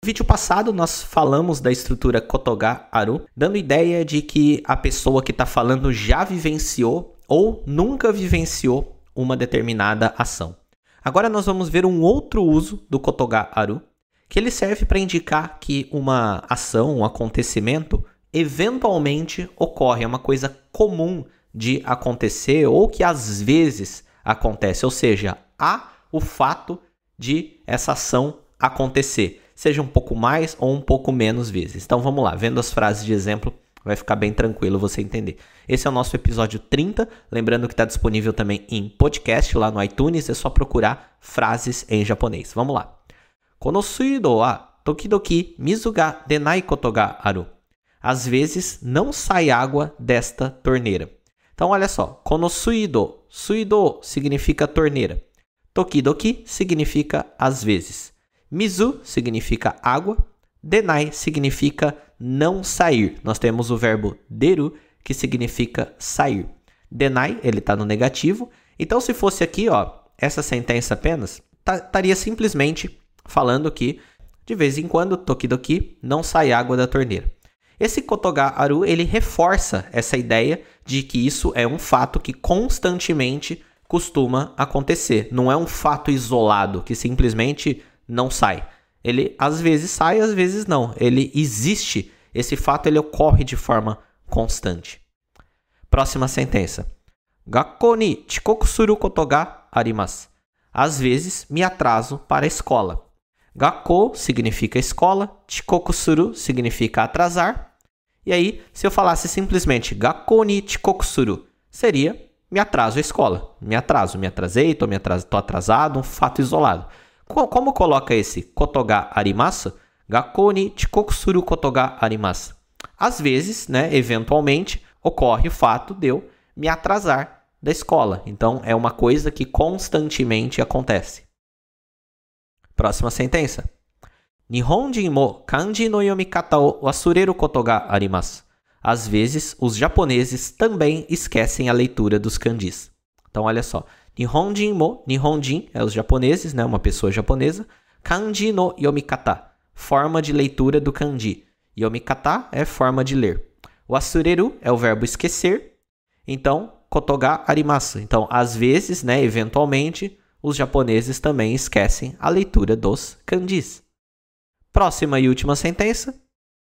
No vídeo passado, nós falamos da estrutura Kotoga Aru, dando ideia de que a pessoa que está falando já vivenciou ou nunca vivenciou uma determinada ação. Agora nós vamos ver um outro uso do Kotoga Aru, que ele serve para indicar que uma ação, um acontecimento, eventualmente ocorre, é uma coisa comum de acontecer ou que às vezes acontece, ou seja, há o fato de essa ação acontecer, seja um pouco mais ou um pouco menos vezes. Então vamos lá, vendo as frases de exemplo, vai ficar bem tranquilo você entender. Esse é o nosso episódio 30, lembrando que está disponível também em podcast lá no iTunes, é só procurar frases em japonês. Vamos lá. Kono suido wa tokidoki mizu ga denai koto ga aru. Às vezes não sai água desta torneira. Então olha só, kono suido, suido significa torneira. Tokidoki significa às vezes. Mizu significa água. Denai significa não sair. Nós temos o verbo deru, que significa sair. Denai, ele está no negativo. Então, se fosse aqui, essa sentença apenas, estaria simplesmente falando que, de vez em quando, tokidoki, não sai água da torneira. Esse Kotoga Aru, ele reforça essa ideia de que isso é um fato que constantemente costuma acontecer. Não é um fato isolado, que simplesmente não sai. Ele às vezes sai, às vezes não. Ele existe. Esse fato ele ocorre de forma constante. Próxima sentença. Gakkou ni chikoku suru koto ga arimasu. Às vezes me atraso para a escola. Gakkou significa escola. Chikoku suru significa atrasar. E aí, se eu falasse simplesmente Gakkou ni chikoku suru, seria me atraso à escola. Me atrasei, estou atrasado, um fato isolado. Como coloca esse koto ga arimasu? Gakkou ni chikoku suru koto ga arimasu. Às vezes, eventualmente, ocorre o fato de eu me atrasar da escola. Então, é uma coisa que constantemente acontece. Próxima sentença. Nihonjin mo kanji no yomikata o wasureru koto ga arimasu. Às vezes, os japoneses também esquecem a leitura dos kanjis. Então, olha só. Nihonjin mo, Nihonjin é os japoneses, uma pessoa japonesa. Kanji no yomikata, forma de leitura do kanji. Yomikata é forma de ler. Wasureru é o verbo esquecer. Então, koto ga arimasu. Então, às vezes, eventualmente, os japoneses também esquecem a leitura dos kanjis. Próxima e última sentença.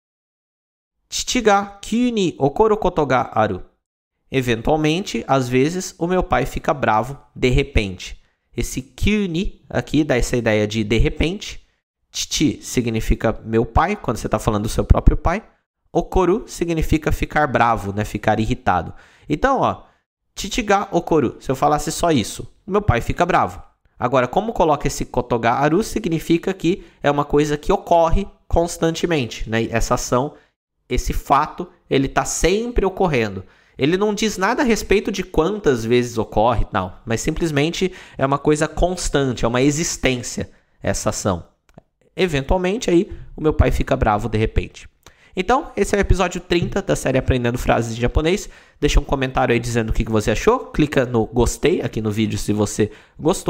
Chichi ga kyū ni okoru koto ga aru. Eventualmente, às vezes, o meu pai fica bravo de repente. Esse kyū ni aqui dá essa ideia de repente. Chichi significa meu pai, quando você está falando do seu próprio pai. Okoru significa ficar bravo, ficar irritado. Então, chichi ga okoru, se eu falasse só isso, meu pai fica bravo. Agora, como coloca esse koto ga aru, significa que é uma coisa que ocorre constantemente. Essa ação, esse fato, ele está sempre ocorrendo. Ele não diz nada a respeito de quantas vezes ocorre, não, mas simplesmente é uma coisa constante, é uma existência essa ação. Eventualmente, aí, o meu pai fica bravo de repente. Então, esse é o episódio 30 da série Aprendendo Frases em Japonês. Deixa um comentário aí dizendo o que você achou. Clica no gostei aqui no vídeo se você gostou.